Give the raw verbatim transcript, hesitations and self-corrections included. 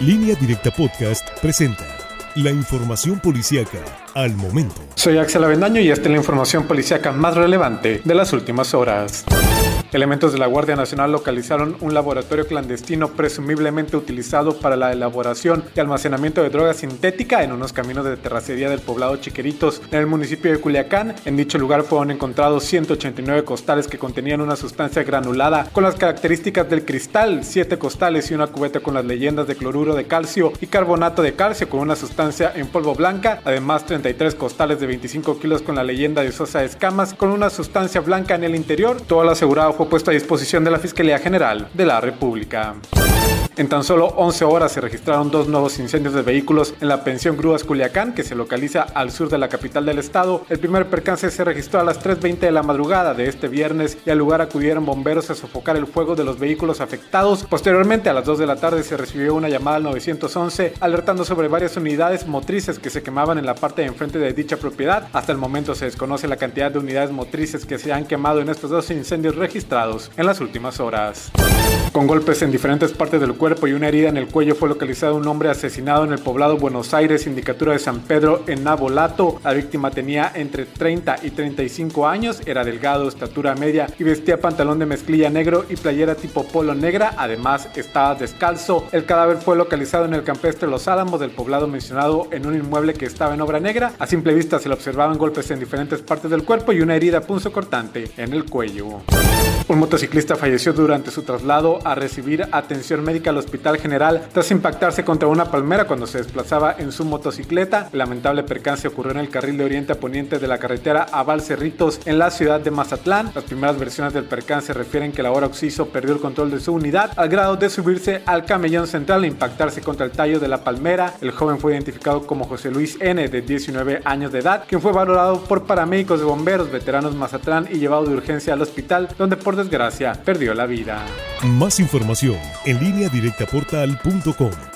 Línea Directa Podcast presenta la información policíaca al momento. Soy Axel Avendaño y esta es la información policíaca más relevante de las últimas horas. Elementos de la Guardia Nacional localizaron un laboratorio clandestino presumiblemente utilizado para la elaboración y almacenamiento de droga sintética en unos caminos de terracería del poblado Chiqueritos, en el municipio de Culiacán. En dicho lugar fueron encontrados ciento ochenta y nueve costales que contenían una sustancia granulada con las características del cristal, siete costales y una cubeta con las leyendas de cloruro de calcio y carbonato de calcio con una sustancia en polvo blanca, además treinta y tres costales de veinticinco kilos con la leyenda de Sosa de Escamas con una sustancia blanca en el interior. Todo lo asegurado fue puesto a disposición de la Fiscalía General de la República. En tan solo once horas se registraron dos nuevos incendios de vehículos en la pensión Grúas Culiacán, que se localiza al sur de la capital del estado. El primer percance se registró a las tres veinte de la madrugada de este viernes y al lugar acudieron bomberos a sofocar el fuego de los vehículos afectados. Posteriormente, a las dos de la tarde se recibió una llamada al nueve once alertando sobre varias unidades motrices que se quemaban en la parte de enfrente de dicha propiedad. Hasta el momento se desconoce la cantidad de unidades motrices que se han quemado en estos dos incendios registrados en las últimas horas. Con golpes en diferentes partes del cuerpo y una herida en el cuello fue localizado un hombre asesinado en el poblado Buenos Aires, sindicatura de San Pedro en Navolato. La víctima tenía entre treinta y treinta y cinco años, era delgado, estatura media y vestía pantalón de mezclilla negro y playera tipo polo negra, además estaba descalzo. El cadáver fue localizado en el campestre Los Álamos del poblado mencionado en un inmueble que estaba en obra negra. A simple vista se le observaban golpes en diferentes partes del cuerpo y una herida punzocortante en el cuello. Un motociclista falleció durante su traslado a recibir atención médica al Hospital General tras impactarse contra una palmera cuando se desplazaba en su motocicleta. El lamentable percance ocurrió en el carril de oriente a poniente de la carretera Aval Cerritos en la ciudad de Mazatlán. Las primeras versiones del percance refieren que el ahora occiso perdió el control de su unidad al grado de subirse al camellón central e impactarse contra el tallo de la palmera. El joven fue identificado como José Luis N., de diecinueve años de edad, quien fue valorado por paramédicos de bomberos veteranos Mazatlán y llevado de urgencia al hospital, donde por desgracia perdió la vida. Más información en línea directa portal punto com.